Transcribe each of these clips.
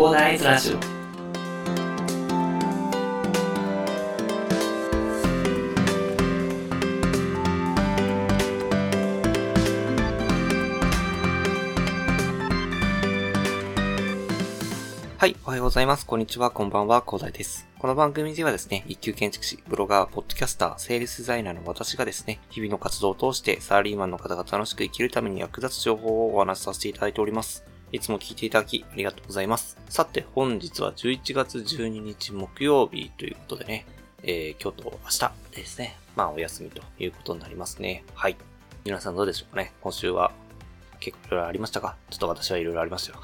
広大ズラジオ。 はい、おはようございます。こんにちは、こんばんは、広大です。この番組ではですね、一級建築士、ブロガー、ポッドキャスター、セールスデザイナーの私がですね、日々の活動を通してサラリーマンの方が楽しく生きるために役立つ情報をお話しさせていただいております。いつも聞いていただきありがとうございます。さて、本日は11月12日木曜日ということでね、今日と明日ですね、お休みということになりますね。はい。皆さんどうでしょうかね。今週は結構いろいろありましたか？ちょっと私はいろいろありましたよ。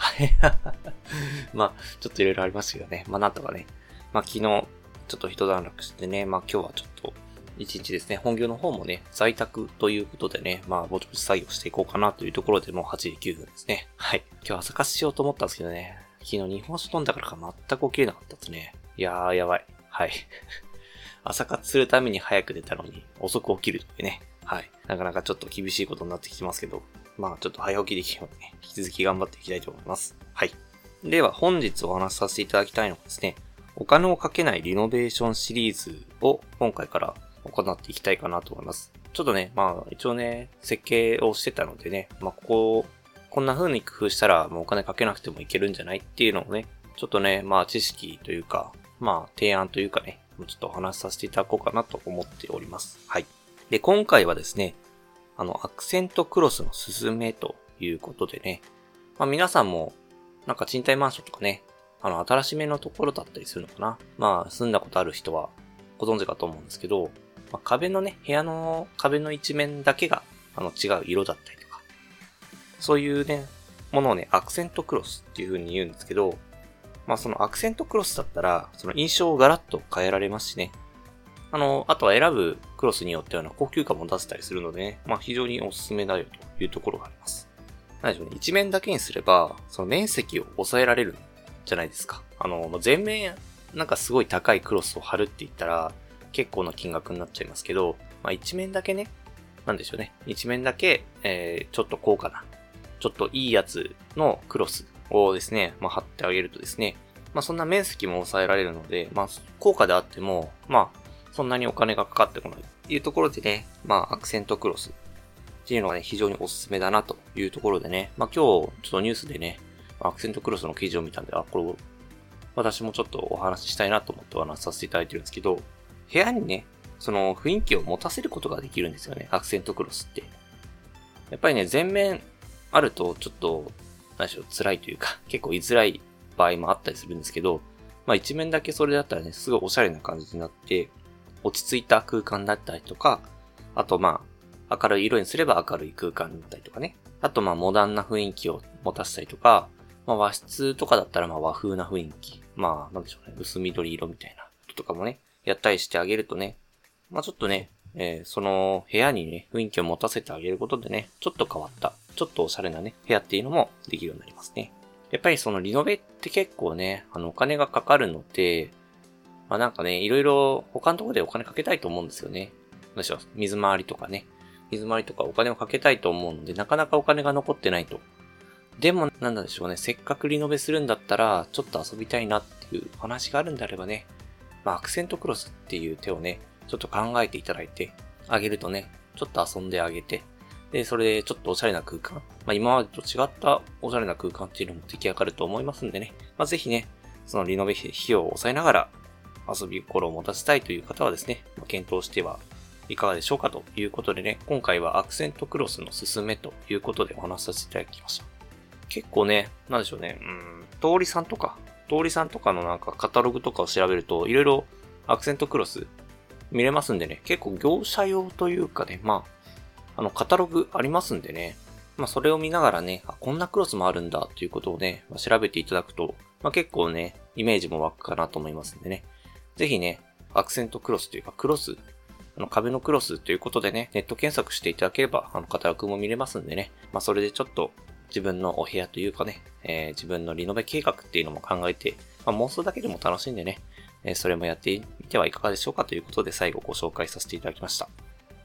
ちょっといろいろありましたけどね。なんとかね。昨日、ちょっと一段落してね。今日はちょっと、一日ですね。本業の方もね、在宅ということでね。ぼちぼち作業していこうかなというところでもう8時9分ですね。はい。今日朝活しようと思ったんですけどね。昨日日本酒飲んだからか全く起きれなかったですね。いやー、やばい。はい。朝活するために早く出たのに遅く起きるというね。はい。なかなかちょっと厳しいことになってきてますけど。ちょっと早起きできるようにね、引き続き頑張っていきたいと思います。はい。では本日お話しさせていただきたいのはですね、お金をかけないリノベーションシリーズを今回から行っていきたいかなと思います。ちょっとね、一応ね、設計をしてたのでね、こんな風に工夫したらもうお金かけなくてもいけるんじゃないっていうのをね、ちょっとね、知識というか、提案というかね、ちょっとお話しさせていただこうかなと思っております。はい。で、今回はですね、アクセントクロスのすすめということでね。皆さんも、賃貸マンションとかね、新しめのところだったりするのかな。住んだことある人はご存知かと思うんですけど、壁のね、部屋の壁の一面だけが、違う色だったりとか、そういうね、ものをね、アクセントクロスっていう風に言うんですけど、そのアクセントクロスだったら、その印象をガラッと変えられますしね。あとは選ぶクロスによっては高級感も出せたりするのでね、非常におすすめだよというところがあります。何でしょうね、一面だけにすれば、その面積を抑えられるじゃないですか。全面、すごい高いクロスを貼るって言ったら、結構な金額になっちゃいますけど、一面だけね、なんでしょうね、一面だけ、ちょっと高価な、ちょっといいやつのクロスをですね、貼ってあげるとですね、そんな面積も抑えられるので、高価であっても、そんなにお金がかかってこないっていうところでね、アクセントクロスっていうのがね、非常におすすめだなというところでね、今日ちょっとニュースでね、アクセントクロスの記事を見たんで、これ私もちょっとお話ししたいなと思ってお話しさせていただいてるんですけど、部屋にね、その雰囲気を持たせることができるんですよね、アクセントクロスって。やっぱりね、全面あるとちょっと、辛いというか、結構居づらい場合もあったりするんですけど、一面だけそれだったらね、すごいおしゃれな感じになって、落ち着いた空間だったりとか、あと明るい色にすれば明るい空間だったりとかね。あとモダンな雰囲気を持たせたりとか、和室とかだったら和風な雰囲気。なんでしょうね。薄緑色みたいなとかもね、やったりしてあげるとね、ちょっとね、その部屋にね、雰囲気を持たせてあげることでね、ちょっと変わった、ちょっとおしゃれなね、部屋っていうのもできるようになりますね。やっぱりそのリノベって結構ね、お金がかかるので、いろいろ他のところでお金かけたいと思うんですよね。どうでしょう、水回りとかね。水回りとかお金をかけたいと思うので、なかなかお金が残ってないと。でも、なんでしょうね。せっかくリノベするんだったら、ちょっと遊びたいなっていうお話があるんであればね、アクセントクロスっていう手をね、ちょっと考えていただいてあげるとね、ちょっと遊んであげて、で、それでちょっとおしゃれな空間、今までと違ったおしゃれな空間っていうのも出来上がると思いますんでね、ぜひね、そのリノベ費用を抑えながら、遊び心を持たせたいという方はですね、検討してはいかがでしょうかということでね、今回はアクセントクロスのすすめということでお話しさせていただきました。結構ね、なんでしょうね、通りさんとかのカタログとかを調べると、いろいろアクセントクロス見れますんでね、結構業者用というかね、カタログありますんでね、それを見ながらね、こんなクロスもあるんだということをね、調べていただくと、結構ね、イメージも湧くかなと思いますんでね、ぜひね、アクセントクロスというか、クロス、壁のクロスということでね、ネット検索していただければ、カタログも見れますんでね、それでちょっと自分のお部屋というかね、自分のリノベ計画っていうのも考えて、妄想だけでも楽しんでね、それもやってみてはいかがでしょうかということで最後ご紹介させていただきました。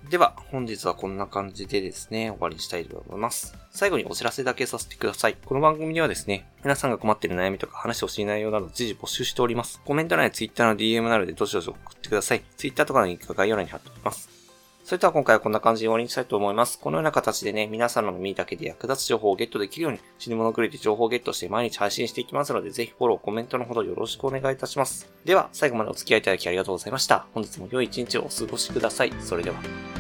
では、本日はこんな感じでですね、終わりにしたいと思います。最後にお知らせだけさせてください。この番組ではですね、皆さんが困っている悩みとか話してほしい内容など随時募集しております。コメント欄や Twitter の DM などでどしどし送ってください。Twitter とかのリンクが概要欄に貼っておきます。それでは今回はこんな感じで終わりにしたいと思います。このような形でね、皆さんの耳だけで役立つ情報をゲットできるように、死に物狂いで情報をゲットして毎日配信していきますので、ぜひフォロー、コメントのほどよろしくお願いいたします。では、最後までお付き合いいただきありがとうございました。本日も良い一日をお過ごしください。それでは。